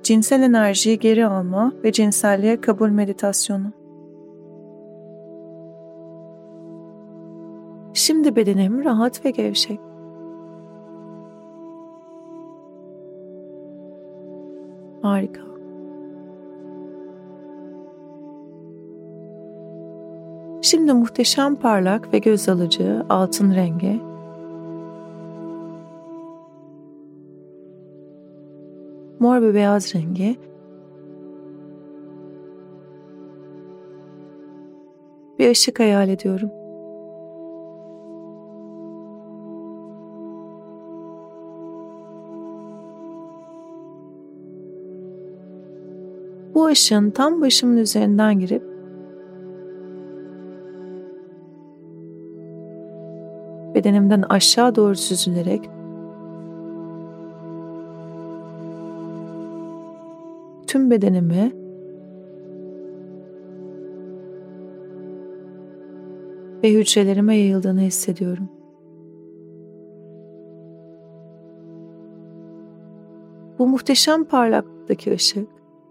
Cinsel enerjiyi geri alma ve cinselliğe kabul meditasyonu. Şimdi bedenim rahat ve gevşek. Harika. Şimdi muhteşem parlak ve göz alıcı altın rengi mor ve beyaz rengi bir ışık hayal ediyorum. Bu ışığın tam başımın üzerinden girip bedenimden aşağı doğru süzülerek tüm bedenime ve hücrelerime yayıldığını hissediyorum. Bu muhteşem parlaklıktaki ışık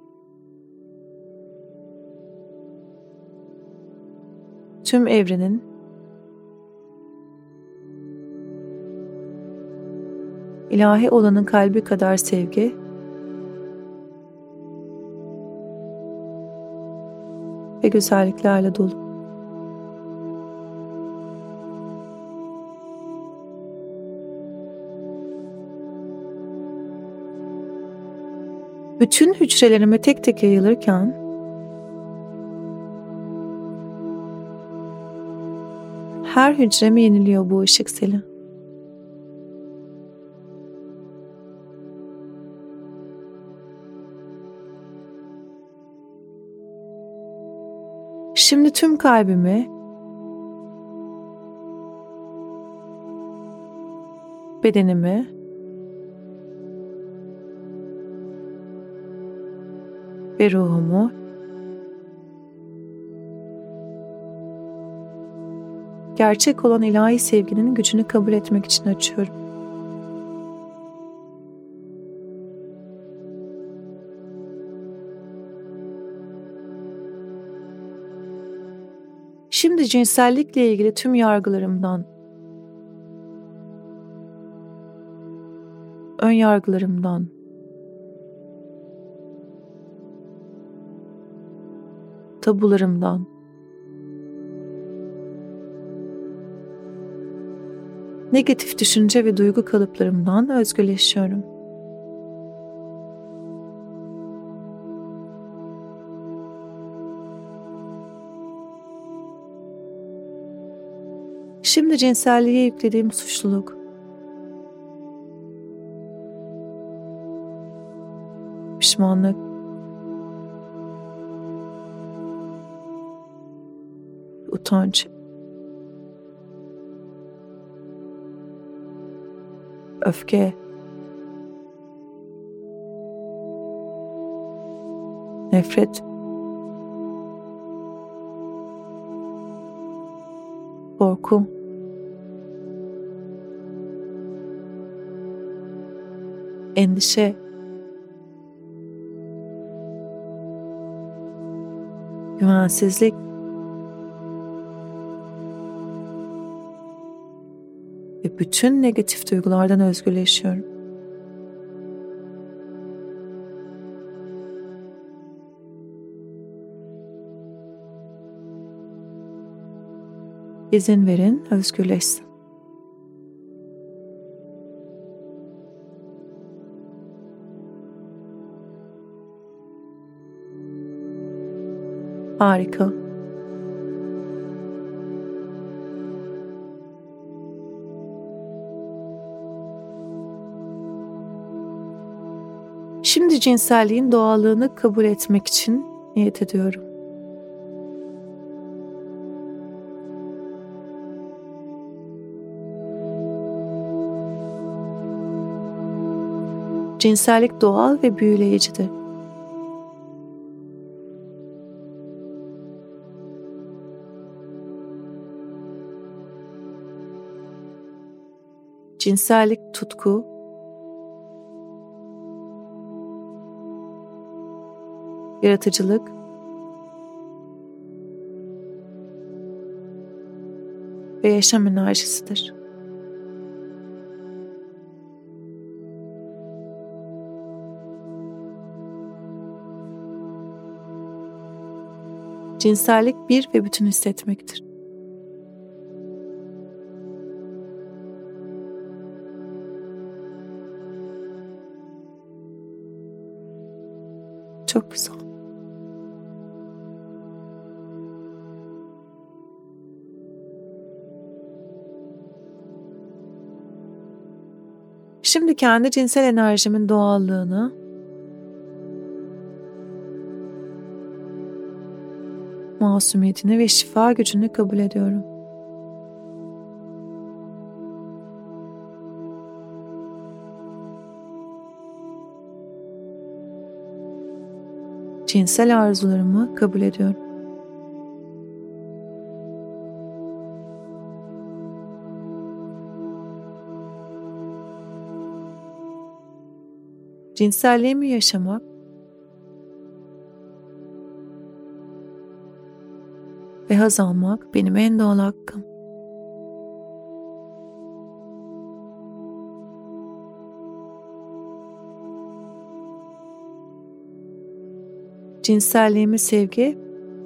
tüm evrenin ilahi olanın kalbi kadar sevgi ve güzelliklerle dolu. Bütün hücrelerime tek tek yayılırken her hücremi yeniliyor bu ışık seli. Şimdi tüm kalbimi, bedenimi ve ruhumu gerçek olan ilahi sevginin gücünü kabul etmek için açıyorum. Şimdi cinsellikle ilgili tüm yargılarımdan, ön yargılarımdan, tabularımdan, negatif düşünce ve duygu kalıplarımdan özgürleşiyorum. Şimdi cinselliğe yüklediğim suçluluk, pişmanlık, utanç, öfke, nefret, korku, endişe, güvensizlik, ve bütün negatif duygulardan özgürleşiyorum. İzin verin, özgürleşsin. Harika. Şimdi cinselliğin doğallığını kabul etmek için niyet ediyorum. Cinsellik doğal ve büyüleyicidir. Cinsellik tutku, yaratıcılık ve yaşam enerjisidir. Cinsellik bir ve bütün hissetmektir. Çok güzel. Şimdi kendi cinsel enerjimin doğallığını masumiyetini ve şifa gücünü kabul ediyorum. Cinsel arzularımı kabul ediyorum. Cinselliğimi yaşamak ve haz almak benim en doğal hakkım. Cinselliğimi sevgi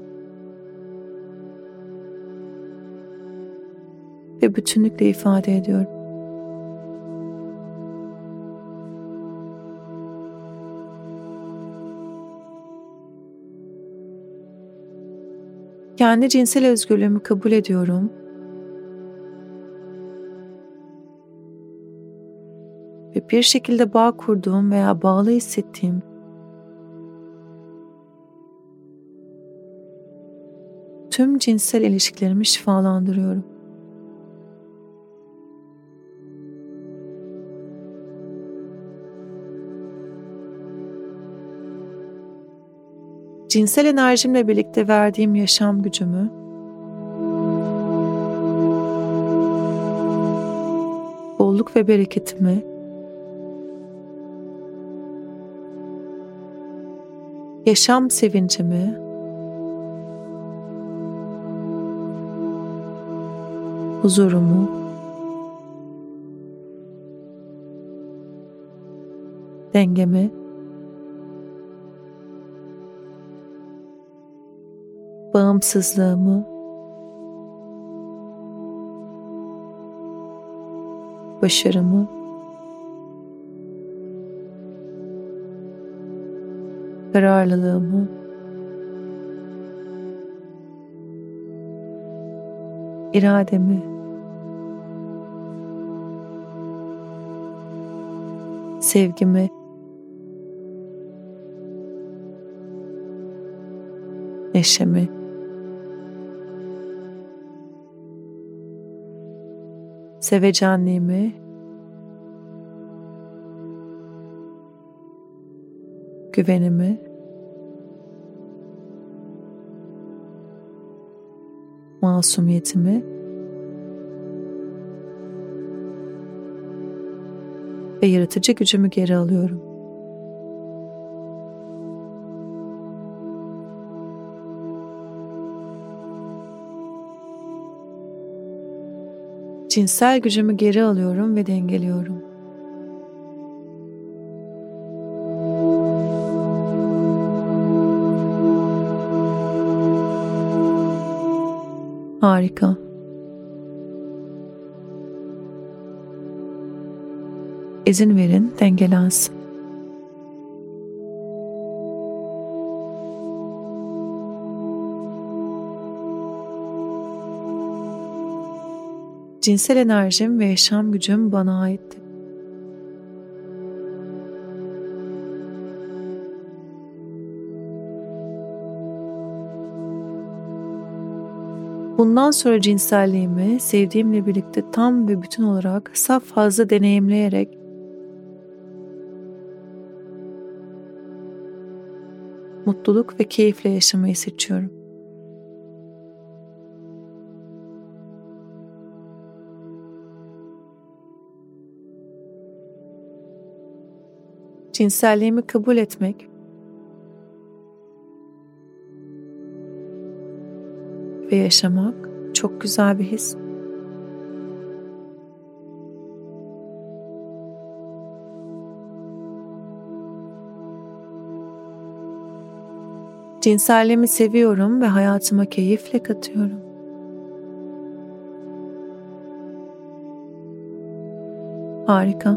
ve bütünlükle ifade ediyorum. Kendi cinsel özgürlüğümü kabul ediyorum ve bir şekilde bağ kurduğum veya bağlı hissettiğim tüm cinsel ilişkilerimi şifalandırıyorum. Cinsel enerjimle birlikte verdiğim yaşam gücümü, bolluk ve bereketimi, yaşam sevincimi, huzurumu, dengemi, bağımsızlığımı, başarımı, kararlılığımı, irademi, sevgimi, neşemi, sevecenliğimi, güvenimi, masumiyetimi ve yaratıcı gücümü geri alıyorum. Cinsel gücümü geri alıyorum ve dengeliyorum. Harika. İzin verin dengelensin. Cinsel enerjim ve yaşam gücüm bana aitti. Bundan sonra cinselliğimi sevdiğimle birlikte tam ve bütün olarak saf fazla deneyimleyerek mutluluk ve keyifle yaşamayı seçiyorum. Cinselliğimi kabul etmek ve yaşamak çok güzel bir his. Cinselliğimi seviyorum ve hayatıma keyifle katıyorum. Harika.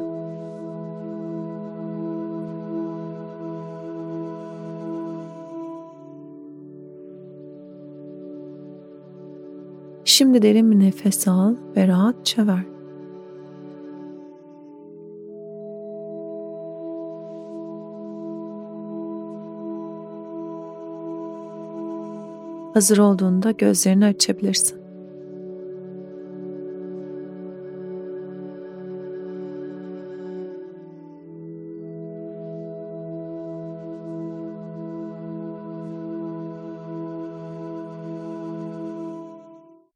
Şimdi derin bir nefes al ve rahatça ver. Hazır olduğunda gözlerini açabilirsin.